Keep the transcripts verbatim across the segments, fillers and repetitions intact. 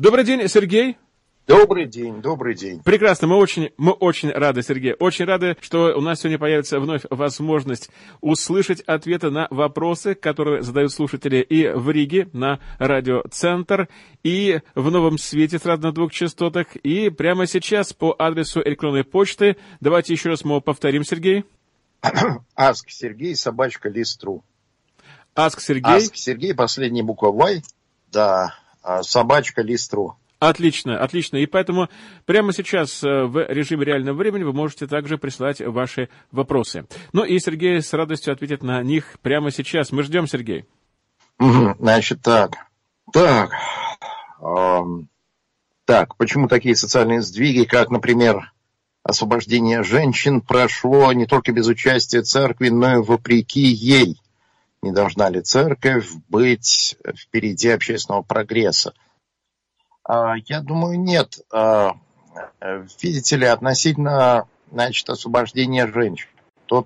Добрый день, Сергей. Добрый день, добрый день. Прекрасно, мы очень, мы очень рады, Сергей, очень рады, что у нас сегодня появится вновь возможность услышать ответы на вопросы, которые задают слушатели и в Риге на радиоцентр, и в Новом Свете сразу на двух частотах, и прямо сейчас по адресу электронной почты. Давайте еще раз мы повторим, Сергей. Аск Сергей, собачка Листру. Аск Сергей. Аск Сергей, последняя буква Y, да, собачка Листру. Отлично, отлично. И поэтому прямо сейчас в режиме реального времени вы можете также присылать ваши вопросы. Ну и Сергей с радостью ответит на них прямо сейчас. Мы ждем, Сергей. Значит, так. Так. Эм, так, почему такие социальные сдвиги, как, например, освобождение женщин прошло не только без участия церкви, но и вопреки ей? Не должна ли церковь быть впереди общественного прогресса? Я думаю, нет. Видите ли, относительно, значит, освобождения женщин. Тут,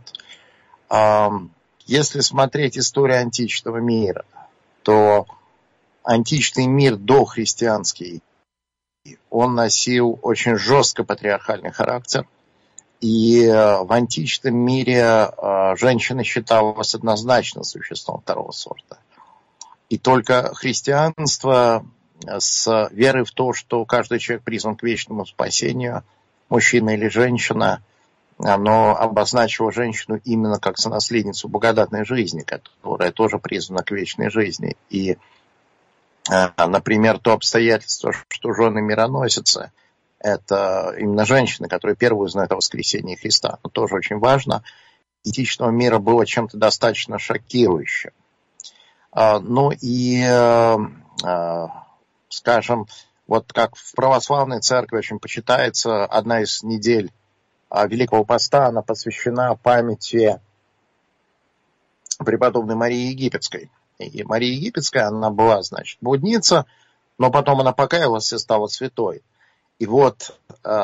если смотреть историю античного мира, то античный мир дохристианский, он носил очень жестко патриархальный характер. И в античном мире женщина считалась однозначно существом второго сорта. И только христианство с верой в то, что каждый человек призван к вечному спасению, мужчина или женщина, оно обозначило женщину именно как сонаследницу благодатной жизни, которая тоже призвана к вечной жизни. И, например, то обстоятельство, что жены мироносицы, это именно женщины, которые первые узнают о воскресении Христа. Но тоже очень важно. Античного мира было чем-то достаточно шокирующим. Ну и... Скажем, вот как в православной церкви очень почитается одна из недель Великого Поста, она посвящена памяти преподобной Марии Египетской. И Мария Египетская, она была, значит, блудница, но потом она покаялась и стала святой. И вот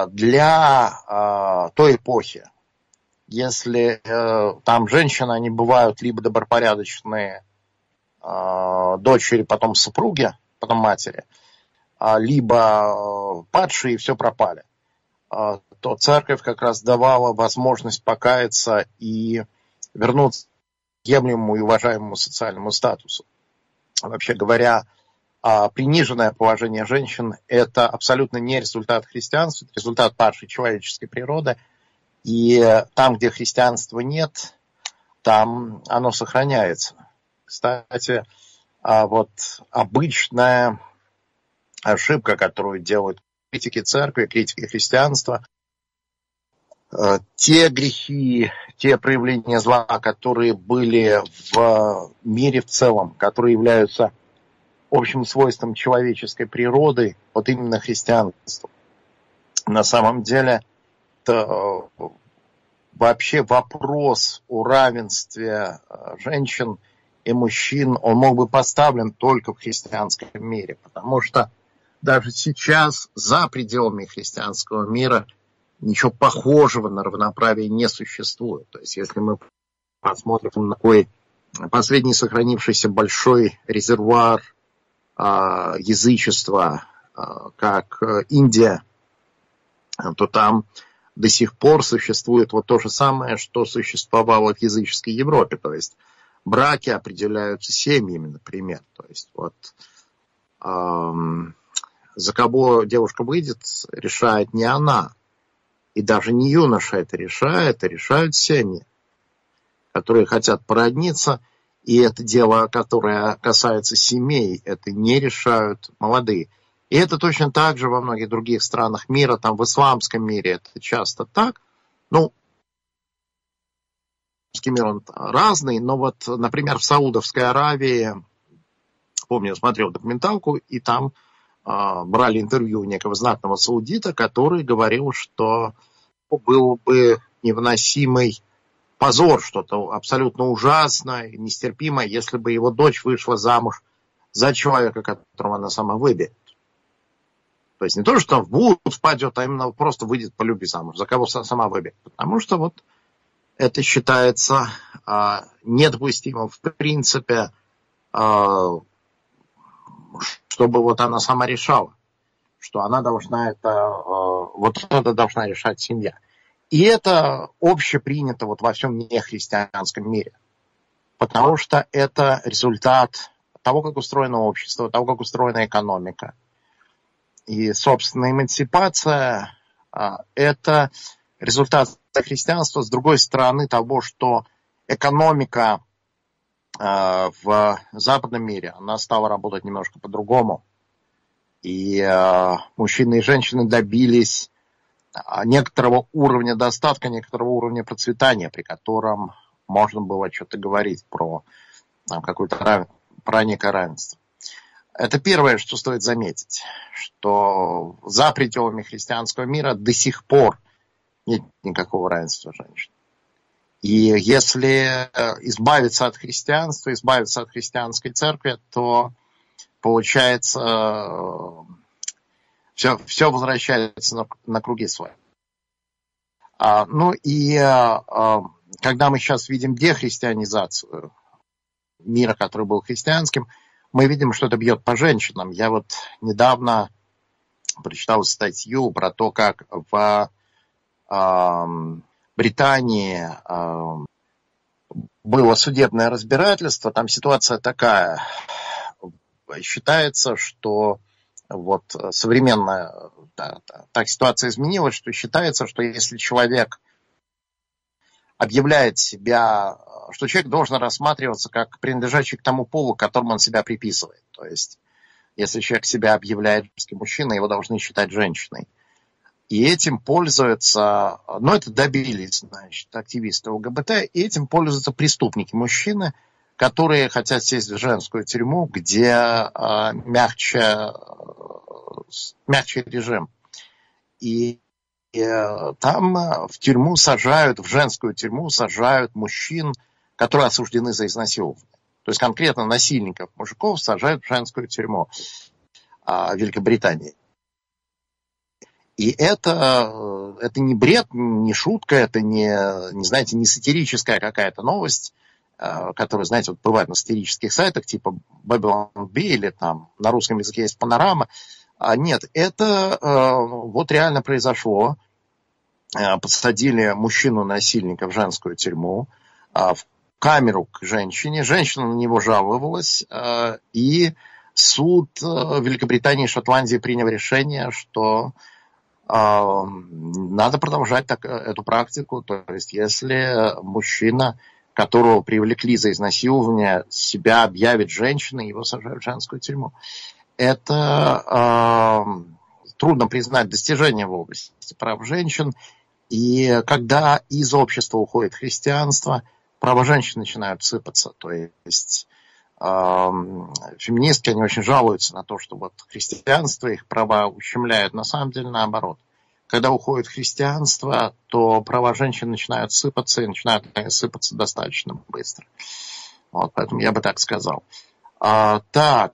для той эпохи, если там женщины, они бывают либо добропорядочные дочери, потом супруги, потом матери, либо падшие и все пропали, то церковь как раз давала возможность покаяться и вернуться к приемлемому и уважаемому социальному статусу. Вообще говоря, приниженное положение женщин – это абсолютно не результат христианства, это результат падшей человеческой природы. И там, где христианства нет, там оно сохраняется. Кстати, вот обычная ошибка, которую делают критики церкви, критики христианства, те грехи, те проявления зла, которые были в мире в целом, которые являются общим свойством человеческой природы, вот именно христианство. На самом деле, это вообще вопрос о равенстве женщин и мужчин, он мог бы поставлен только в христианском мире, потому что даже сейчас за пределами христианского мира ничего похожего на равноправие не существует. То есть если мы посмотрим на такой последний сохранившийся большой резервуар а, язычества, а, как Индия, то там до сих пор существует вот то же самое, что существовало в языческой Европе. То есть браки определяются семьями, например. То есть вот эм, за кого девушка выйдет, решает не она. И даже не юноша это решает, а решают семьи, которые хотят породниться. И это дело, которое касается семей, это не решают молодые. И это точно так же во многих других странах мира, там в исламском мире это часто так. Ну, мир он разный, но вот, например, в Саудовской Аравии, помню, смотрел документалку, и там э, брали интервью некого знатного саудита, который говорил, что был бы невыносимый позор, что-то абсолютно ужасное, нестерпимое, если бы его дочь вышла замуж за человека, которого она сама выберет. То есть не то, что в блуд впадет, а именно просто выйдет по любви замуж, за кого сама выберет. Потому что вот это считается а, недопустимым в принципе, а, чтобы вот она сама решала. что она должна это, э, вот это должна решать семья. И это общепринято вот во всем нехристианском мире. Потому что это результат того, как устроено общество, того, как устроена экономика. И, собственно, эмансипация а, – это результат христианства, с другой стороны, того, что экономика а, в западном мире, она стала работать немножко по-другому. И а, мужчины и женщины добились некоторого уровня достатка, некоторого уровня процветания, при котором можно было что-то говорить про там, какое-то рав... про некое равенство. Это первое, что стоит заметить, что за пределами христианского мира до сих пор нет никакого равенства женщин. И если избавиться от христианства, избавиться от христианской церкви, то получается все, все возвращается на, на круги свои. А, ну и а, когда мы сейчас видим дехристианизацию мира, который был христианским, мы видим, что это бьет по женщинам. Я вот недавно прочитал статью про то, как в э, Британии э, было судебное разбирательство. Там ситуация такая. Считается, что вот современная да, так ситуация изменилась, что считается, что если человек объявляет себя, что человек должен рассматриваться как принадлежащий к тому полу, к которому он себя приписывает. То есть, если человек себя объявляет женским мужчиной, его должны считать женщиной. И этим пользуются, ну это добились, значит, активисты ЛГБТ, и этим пользуются преступники-мужчины, которые хотят сесть в женскую тюрьму, где э, мягче, мягче режим. И И там в тюрьму сажают, в женскую тюрьму сажают мужчин, которые осуждены за изнасилование. То есть конкретно насильников, мужиков сажают в женскую тюрьму в Великобритании. И это, это не бред, не шутка, это не, не, знаете, не сатирическая какая-то новость, которая, знаете, вот бывает на сатирических сайтах типа Babylon Bee или там на русском языке есть Панорама. Нет, это вот реально произошло. Подсадили мужчину-насильника в женскую тюрьму, в камеру к женщине. Женщина на него жаловалась, и суд Великобритании и Шотландии принял решение, что надо продолжать так, эту практику. То есть, если мужчина, которого привлекли за изнасилование, себя объявит женщиной, его сажают в женскую тюрьму. Это э, трудно признать достижение в области прав женщин. И когда из общества уходит христианство, права женщин начинают сыпаться. То есть э, феминистки, они очень жалуются на то, что вот христианство их права ущемляет. На самом деле наоборот. Когда уходит христианство, то права женщин начинают сыпаться, и начинают сыпаться достаточно быстро. Вот, поэтому я бы так сказал. А, так...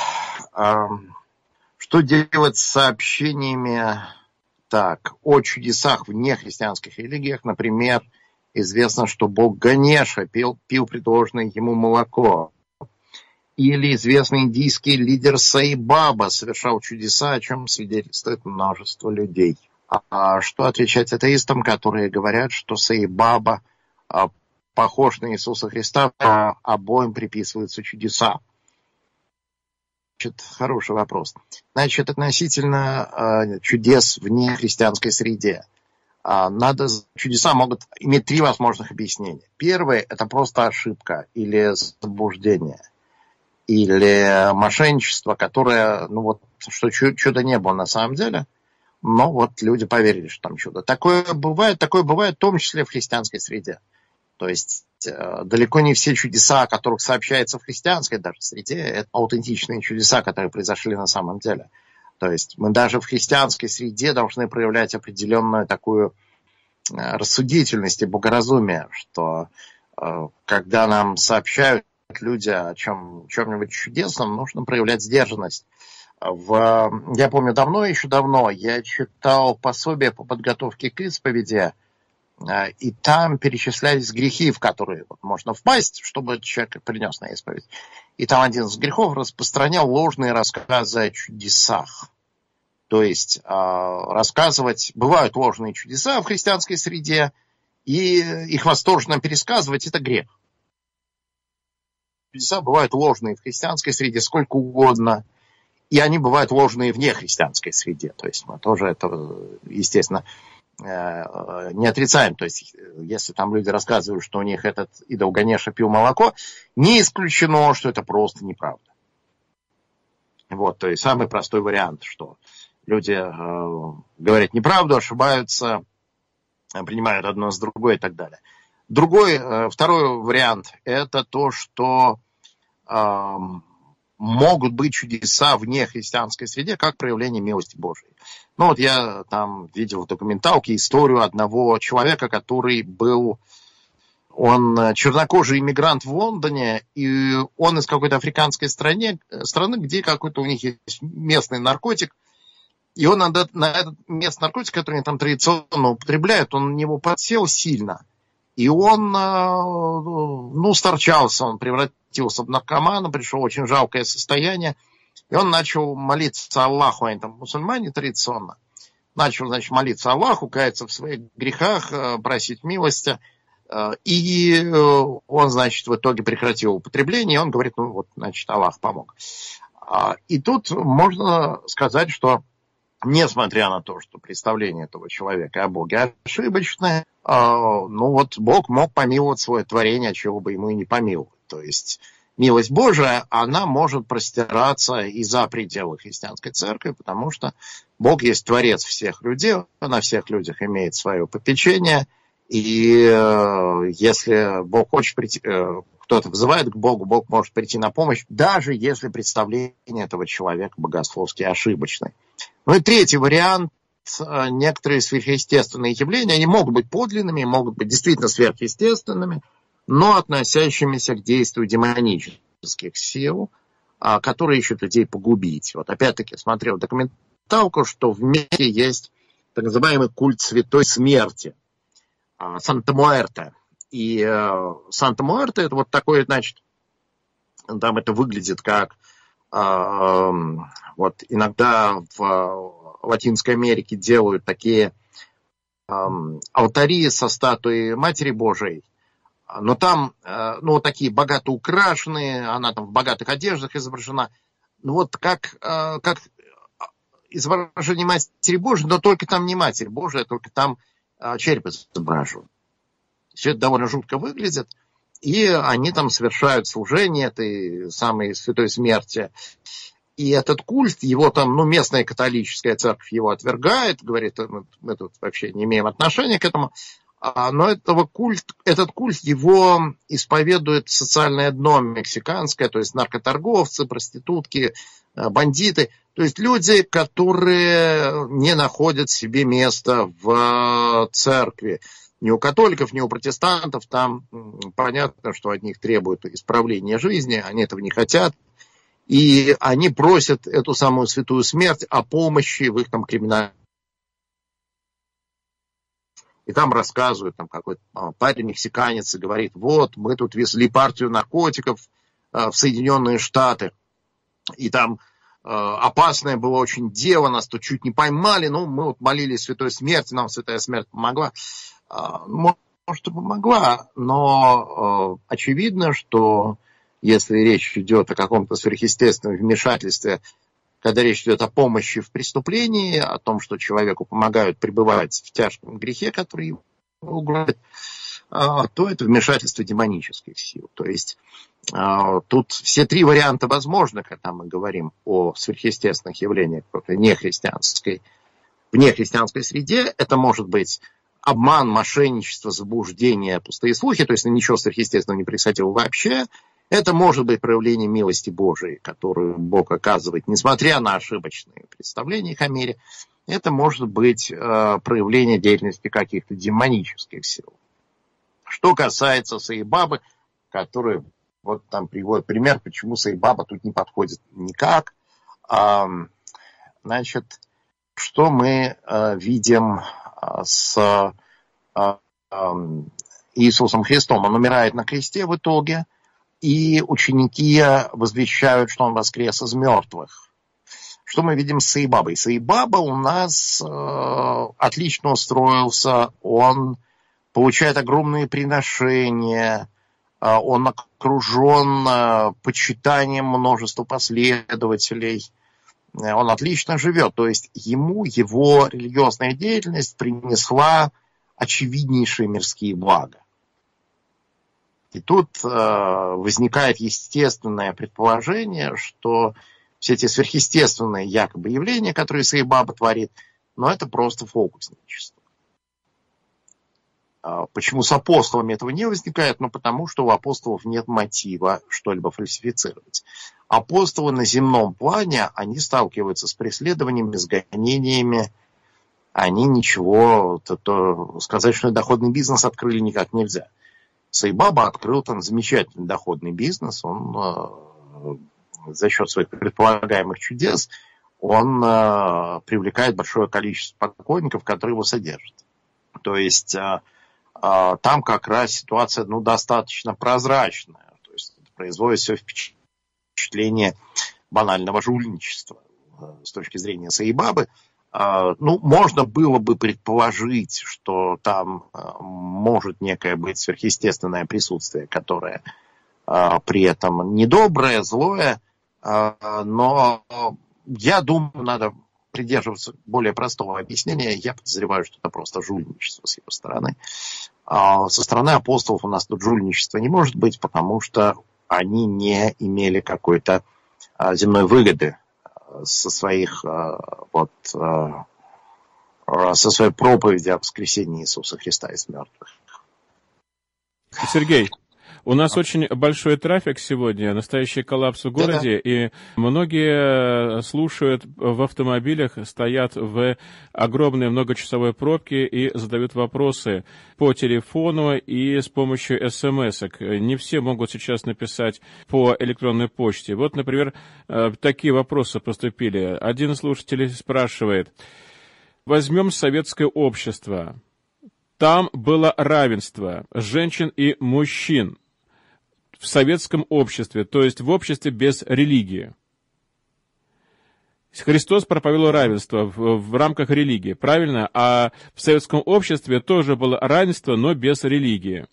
Что делать с сообщениями так, о чудесах в нехристианских религиях? Например, известно, что бог Ганеша пил, пил предложенное ему молоко. Или известный индийский лидер Саи Баба совершал чудеса, о чем свидетельствует множество людей. А что отвечать атеистам, которые говорят, что Саи Баба похож на Иисуса Христа, а обоим приписываются чудеса? Значит, хороший вопрос. Значит, относительно э, чудес в нехристианской среде. Э, надо, чудеса могут иметь три возможных объяснения. Первое – это просто ошибка или заблуждение. Или мошенничество, которое, ну вот, что чуда не было на самом деле, но вот люди поверили, что там чудо. Такое бывает, такое бывает в том числе в христианской среде. То есть э, далеко не все чудеса, о которых сообщается в христианской даже среде, это аутентичные чудеса, которые произошли на самом деле. То есть мы даже в христианской среде должны проявлять определенную такую э, рассудительность и богоразумие, что э, когда нам сообщают люди о чем, чем-нибудь чудесном, нужно проявлять сдержанность. В, я помню, давно, еще давно, я читал пособие по подготовке к исповеди, и там перечислялись грехи, в которые вот можно впасть, чтобы человек принес на исповедь. И там один из грехов распространял ложные рассказы о чудесах. То есть рассказывать, бывают ложные чудеса в христианской среде, и их восторженно пересказывать – это грех. Чудеса бывают ложные в христианской среде сколько угодно, и они бывают ложные в нехристианской среде. То есть мы тоже это, естественно, не отрицаем. То есть если там люди рассказывают, что у них этот идол Ганеша пил молоко, не исключено, что это просто неправда. Вот, то есть самый простой вариант, что люди э, говорят неправду, ошибаются, принимают одно с другой и так далее. Другой, э, второй вариант – это то, что э, могут быть чудеса в нехристианской среде, как проявление милости Божией. Ну вот я там видел в документалке историю одного человека, который был, он чернокожий иммигрант в Лондоне, и он из какой-то африканской стране, страны, где какой-то у них есть местный наркотик, и он на этот местный наркотик, который они там традиционно употребляют, он на него подсел сильно. И он, ну, сторчался, он превратился в наркомана, пришел в очень жалкое состояние. И он начал молиться Аллаху, они там мусульмане традиционно. Начал, значит, молиться Аллаху, каяться в своих грехах, просить милости. И он, значит, в итоге прекратил употребление. И он говорит, ну вот, значит, Аллах помог. И тут можно сказать, что несмотря на то, что представление этого человека о Боге ошибочное, ну вот Бог мог помиловать свое творение, чего бы ему и не помиловать. То есть милость Божия, она может простираться и за пределы христианской церкви, потому что Бог есть творец всех людей, он на всех людях имеет свое попечение, и если Бог хочет прийти, кто-то вызывает к Богу, Бог может прийти на помощь, даже если представление этого человека богословски ошибочное. Ну и третий вариант, некоторые сверхъестественные явления, они могут быть подлинными, могут быть действительно сверхъестественными, но относящимися к действию демонических сил, которые ищут людей погубить. Вот опять-таки смотрел документалку, что в мире есть так называемый культ святой смерти, Санта-Муэрте. И Санта-Муэрте это вот такое, значит, там это выглядит как вот иногда в Латинской Америке делают такие алтари со статуей Матери Божией, но там, ну, такие богато украшенные, она там в богатых одеждах изображена, ну, вот как, как изображение Матери Божией, но только там не Матерь Божия, только там череп изображен. Все это довольно жутко выглядит. И они там совершают служение этой самой святой смерти. И этот культ, его там, ну, местная католическая церковь его отвергает, говорит, мы, мы тут вообще не имеем отношения к этому. Но этого культ, этот культ его исповедует социальное дно мексиканское, то есть наркоторговцы, проститутки, бандиты. То есть люди, которые не находят себе места в церкви. Ни у католиков, ни у протестантов, там понятно, что от них требуют исправления жизни, они этого не хотят. И они просят эту самую святую смерть о помощи в их там криминальном. И там рассказывают, там какой-то парень мексиканец и говорит, вот, мы тут везли партию наркотиков в Соединенные Штаты, и там опасное было очень дело, нас тут чуть не поймали, ну, мы вот молились святой смерти, нам святая смерть помогла. Может, и помогла, но э, очевидно, что если речь идет о каком-то сверхъестественном вмешательстве, когда речь идет о помощи в преступлении, о том, что человеку помогают пребывать в тяжком грехе, который его угрожает, э, то это вмешательство демонических сил. То есть э, тут все три варианта возможны, когда мы говорим о сверхъестественных явлениях в нехристианской, в нехристианской среде. Это может быть обман, мошенничество, заблуждение, пустые слухи, то есть ничего сверхъестественного не происходило вообще. Это может быть проявление милости Божией, которую Бог оказывает, несмотря на ошибочные представления их о мире. Это может быть э, проявление деятельности каких-то демонических сил. Что касается Саибабы, который вот там приводит пример, почему Саибаба тут не подходит никак. А, значит, что мы а, видим с а, а, Иисусом Христом? Он умирает на кресте в итоге, и ученики возвещают, что он воскрес из мертвых. Что мы видим с Саибабой? Саибаба у нас э, отлично устроился, он получает огромные приношения, э, он окружен э, почитанием множества последователей, э, он отлично живет. То есть ему его религиозная деятельность принесла очевиднейшие мирские блага. И тут э, возникает естественное предположение, что все эти сверхъестественные якобы явления, которые Саибаба творит, но это просто фокусничество. Э, почему с апостолами этого не возникает? Ну, потому что у апостолов нет мотива что-либо фальсифицировать. Апостолы на земном плане, они сталкиваются с преследованиями, с гонениями. Они ничего, то, то, сказать, что доходный бизнес открыли никак нельзя. Саибаба открыл там замечательный доходный бизнес, он э, за счет своих предполагаемых чудес, он э, привлекает большое количество поклонников, которые его содержат. То есть э, э, там как раз ситуация ну, достаточно прозрачная, то есть производит все впечатление банального жульничества э, с точки зрения Саибабы. Ну, можно было бы предположить, что там может некое быть сверхъестественное присутствие, которое при этом недоброе, злое, но я думаю, надо придерживаться более простого объяснения. Я подозреваю, что это просто жульничество с его стороны. Со стороны апостолов у нас тут жульничества не может быть, потому что они не имели какой-то земной выгоды со своих вот со своей проповеди о воскресении Иисуса Христа из мертвых. Сергей, у нас очень большой трафик сегодня, настоящий коллапс в городе, да-да. И многие слушают в автомобилях, стоят в огромной многочасовой пробке и задают вопросы по телефону и с помощью смс-ок. Не все могут сейчас написать по электронной почте. Вот, например, такие вопросы поступили. Один слушатель спрашивает: возьмем советское общество. Там было равенство женщин и мужчин в советском обществе, то есть в обществе без религии. Христос проповедовал равенство в, в рамках религии, правильно? А в советском обществе тоже было равенство, но без религии.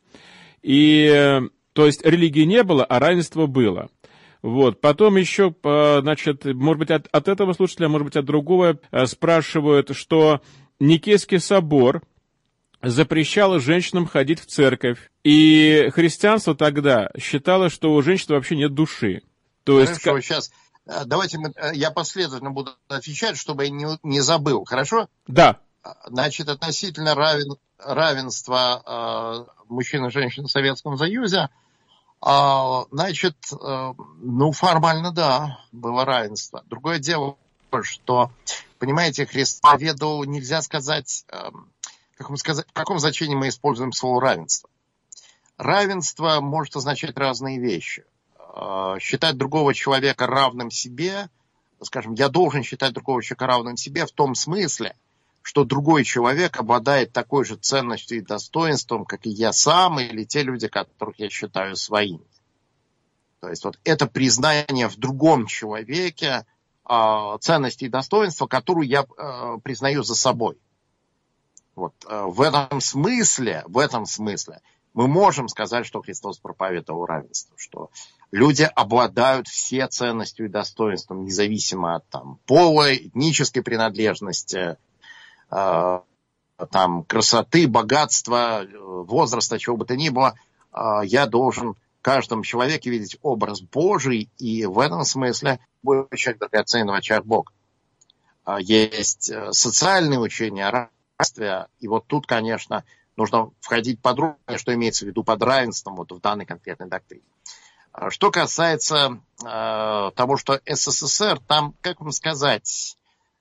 И, то есть религии не было, а равенство было. Вот. Потом еще, значит, может быть, от, от этого слушателя, может быть, от другого спрашивают, что Никейский собор запрещало женщинам ходить в церковь. И христианство тогда считало, что у женщин вообще нет души. То Хорошо, есть... как... сейчас давайте мы, я последовательно буду отвечать, чтобы я не, не забыл. Хорошо? Да. Значит, относительно равен, равенства э, мужчин и женщин в Советском Союзе, э, значит, э, ну, формально, да, было равенство. Другое дело, что, понимаете, христоведу нельзя сказать... Э, Как сказать, в каком значении мы используем слово равенство? Равенство может означать разные вещи. Считать другого человека равным себе, скажем, я должен считать другого человека равным себе в том смысле, что другой человек обладает такой же ценностью и достоинством, как и я сам, или те люди, которых я считаю своими. То есть вот это признание в другом человеке ценности и достоинства, которую я признаю за собой. Вот, в этом смысле, в этом смысле мы можем сказать, что Христос проповедовал равенство, что люди обладают все ценностью и достоинством, независимо от там, пола, этнической принадлежности, э, там, красоты, богатства, возраста, чего бы то ни было. Э, я должен в каждом человеке видеть образ Божий, и в этом смысле любой человек драгоценен в очах Бога. Э, есть социальные учения о и вот тут, конечно, нужно входить подробнее, что имеется в виду под равенством вот в данной конкретной доктрине. Что касается э, того, что СССР, там, как вам сказать,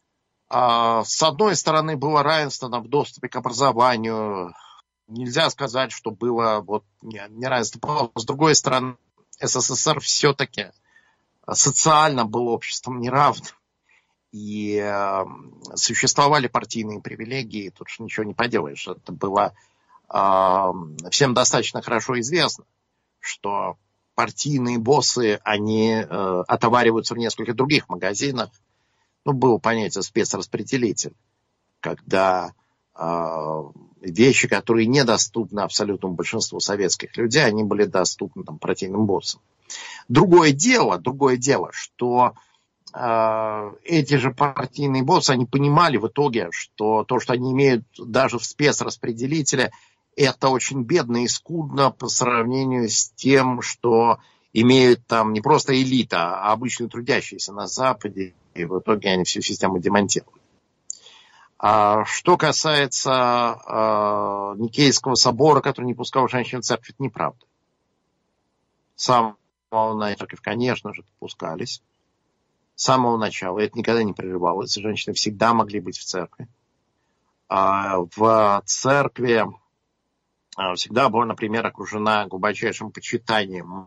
э, с одной стороны было равенство там, в доступе к образованию, нельзя сказать, что было вот, не, не равенство, с другой стороны, СССР все-таки социально был обществом неравным. И э, существовали партийные привилегии, тут же ничего не поделаешь. Это было э, всем достаточно хорошо известно, что партийные боссы, они э, отовариваются в нескольких других магазинах. ну, было понятие спецраспределитель, когда э, вещи, которые недоступны абсолютному большинству советских людей, они были доступны там, партийным боссам. Другое дело, другое дело, что э, эти же партийные боссы, они понимали в итоге, что то, что они имеют даже в спецраспределителе, это очень бедно и скудно по сравнению с тем, что имеют там не просто элита, а обычные трудящиеся на Западе, и в итоге они всю систему демонтировали. А что касается э, Никейского собора, который не пускал женщин в церковь, это неправда. С самого начала, конечно же, пускались. С самого начала. Это никогда не прерывалось. Женщины всегда могли быть в церкви. А в церкви всегда была, например, окружена глубочайшим почитанием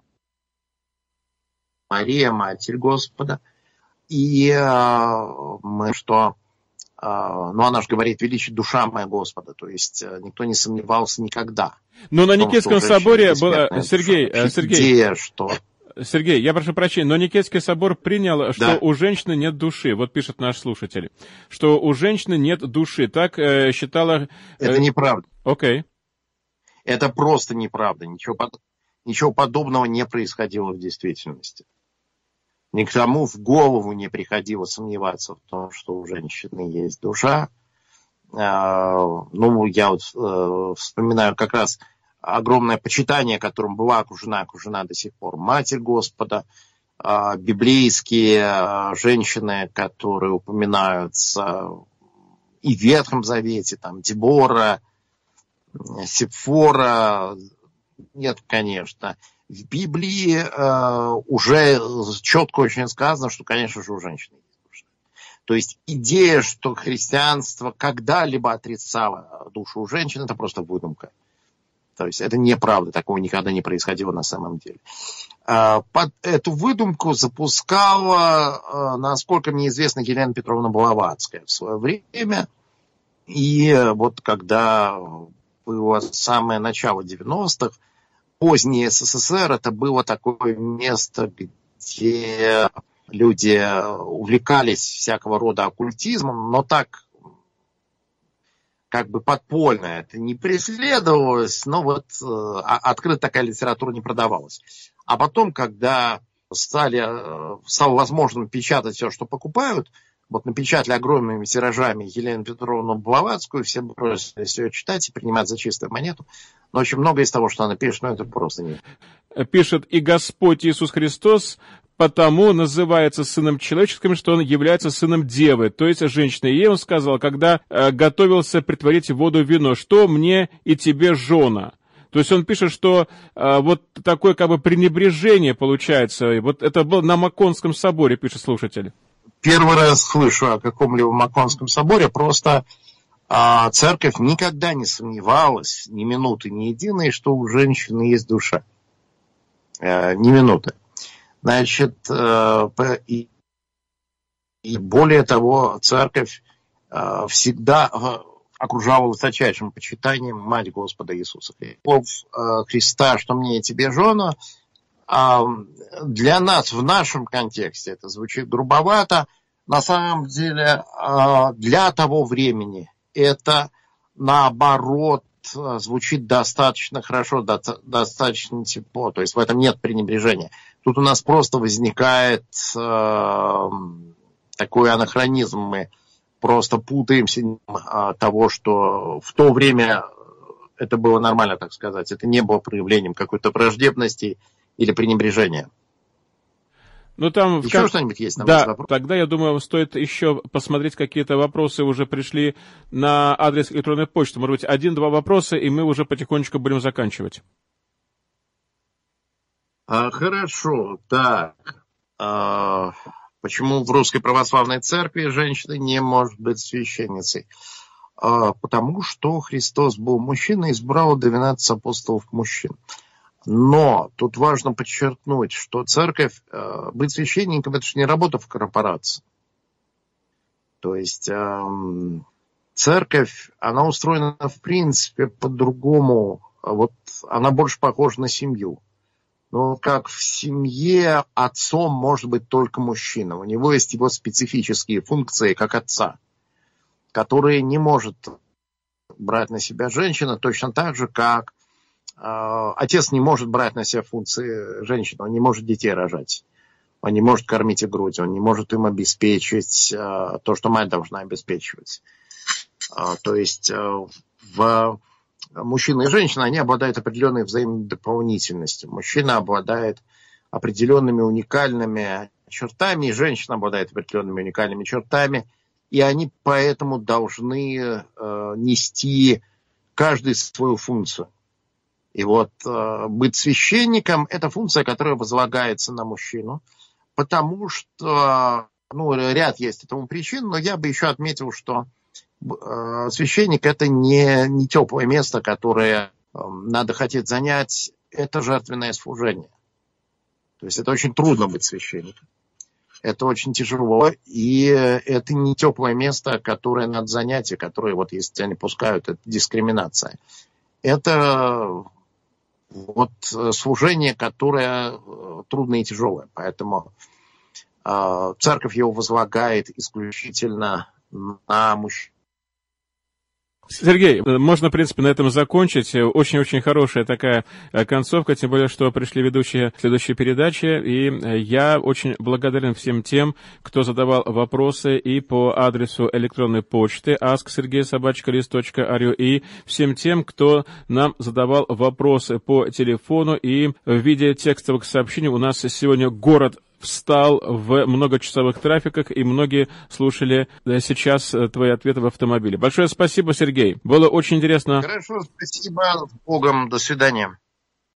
Мария, Матерь Господа. И мы что... Ну, она же говорит, величит душа моя Господа. То есть никто не сомневался никогда. Но на Никейском соборе было... Сергей, душа. Сергей, идея, что... Сергей, я прошу прощения, но Никейский собор принял, что да. у женщины нет души. Вот пишет наш слушатель, что у женщины нет души. Так э, считала... Э... Это неправда. Окей. Okay. Это просто неправда. Ничего, под... Ничего подобного не происходило в действительности. Никому в голову не приходило сомневаться в том, что у женщины есть душа. Ну, я вот вспоминаю как раз огромное почитание, которым была окружена, окружена до сих пор Матерь Господа, библейские женщины, которые упоминаются и в Ветхом Завете, там Дебора, Сепфора, нет, конечно. В Библии э, уже четко очень сказано, что, конечно же, у женщины есть душа. То есть идея, что христианство когда-либо отрицало душу у женщин, это просто выдумка. То есть это неправда, такого никогда не происходило на самом деле. Э, под эту выдумку запускала, э, насколько мне известно, Елена Петровна Блаватская в свое время. И вот когда было самое начало девяностых, поздний СССР это было такое место, где люди увлекались всякого рода оккультизмом, но так как бы подпольно это не преследовалось, но вот э, открыто такая литература не продавалась. А потом, когда стали, э, стало возможным печатать все, что покупают, вот напечатали огромными тиражами Елену Петровну Блаватскую, все бросились ее читать и принимать за чистую монету. Но очень многое из того, что она пишет, ну это просто нет. Пишет: «И Господь Иисус Христос потому называется Сыном Человеческим, что Он является Сыном Девы, то есть женщины. И ей Он сказал, когда э, готовился притворить в воду вино, что мне и тебе жена». То есть он пишет, что э, вот такое как бы пренебрежение получается. Вот это было на Маконском соборе, пишет слушатель. Первый раз слышу о каком-либо Маконском соборе, просто а, церковь никогда не сомневалась, ни минуты, ни единой, что у женщины есть душа. А, ни минуты. Значит, а, и, и более того, церковь а, всегда окружала высочайшим почитанием Мать Господа Иисуса Христа, что мне и тебе жена. Для нас в нашем контексте это звучит грубовато. На самом деле для того времени это наоборот звучит достаточно хорошо, достаточно тепло. То есть в этом нет пренебрежения. Тут у нас просто возникает такой анахронизм. Мы просто путаемся того, что в то время это было нормально, так сказать. Это не было проявлением какой-то враждебности или пренебрежения. Ну, там еще в... что-нибудь есть? Там да, есть вопрос? Тогда, я думаю, стоит еще посмотреть, какие-то вопросы уже пришли на адрес электронной почты. Может быть, один-два вопроса, и мы уже потихонечку будем заканчивать. А, хорошо, так. А, почему в Русской Православной Церкви женщина не может быть священницей? А, потому что Христос был мужчиной и избрал двенадцать апостолов мужчин. Но тут важно подчеркнуть, что церковь, э, быть священником, это же не работа в корпорации. То есть э, церковь, она устроена в принципе по-другому. Вот она больше похожа на семью. Но как в семье отцом может быть только мужчина. У него есть его специфические функции как отца, которые не может брать на себя женщина, точно так же, как э, отец не может брать на себя функции женщины. Он не может детей рожать. Он не может кормить их грудь, он не может им обеспечить э, то, что мать должна обеспечивать. Э, то есть э, в... мужчина и женщина, они обладают определенной взаимной дополнительностью. Мужчина обладает определенными уникальными чертами, и женщина обладает определенными уникальными чертами, и они поэтому должны э, нести каждый свою функцию. И вот э, быть священником – это функция, которая возлагается на мужчину, потому что, ну, ряд есть этому причин, но я бы еще отметил, что э, священник – это не, не теплое место, которое э, надо хотеть занять, это жертвенное служение. То есть это очень трудно быть священником. Это очень тяжело, и это не теплое место, которое надо занять, и которое, вот если тебя не пускают, это дискриминация. Это вот служение, которое трудное и тяжелое. Поэтому э, церковь его возлагает исключительно на мужчин. Сергей, можно, в принципе, на этом закончить. Очень-очень хорошая такая концовка, тем более, что пришли ведущие следующей передачи, и я очень благодарен всем тем, кто задавал вопросы и по адресу электронной почты ask sergey собака лист точка ру, и всем тем, кто нам задавал вопросы по телефону и в виде текстовых сообщений. У нас сегодня город встал в многочасовых трафиках, и многие слушали сейчас твои ответы в автомобиле. Большое спасибо, Сергей. Было очень интересно. Хорошо, спасибо. С Богом. До свидания.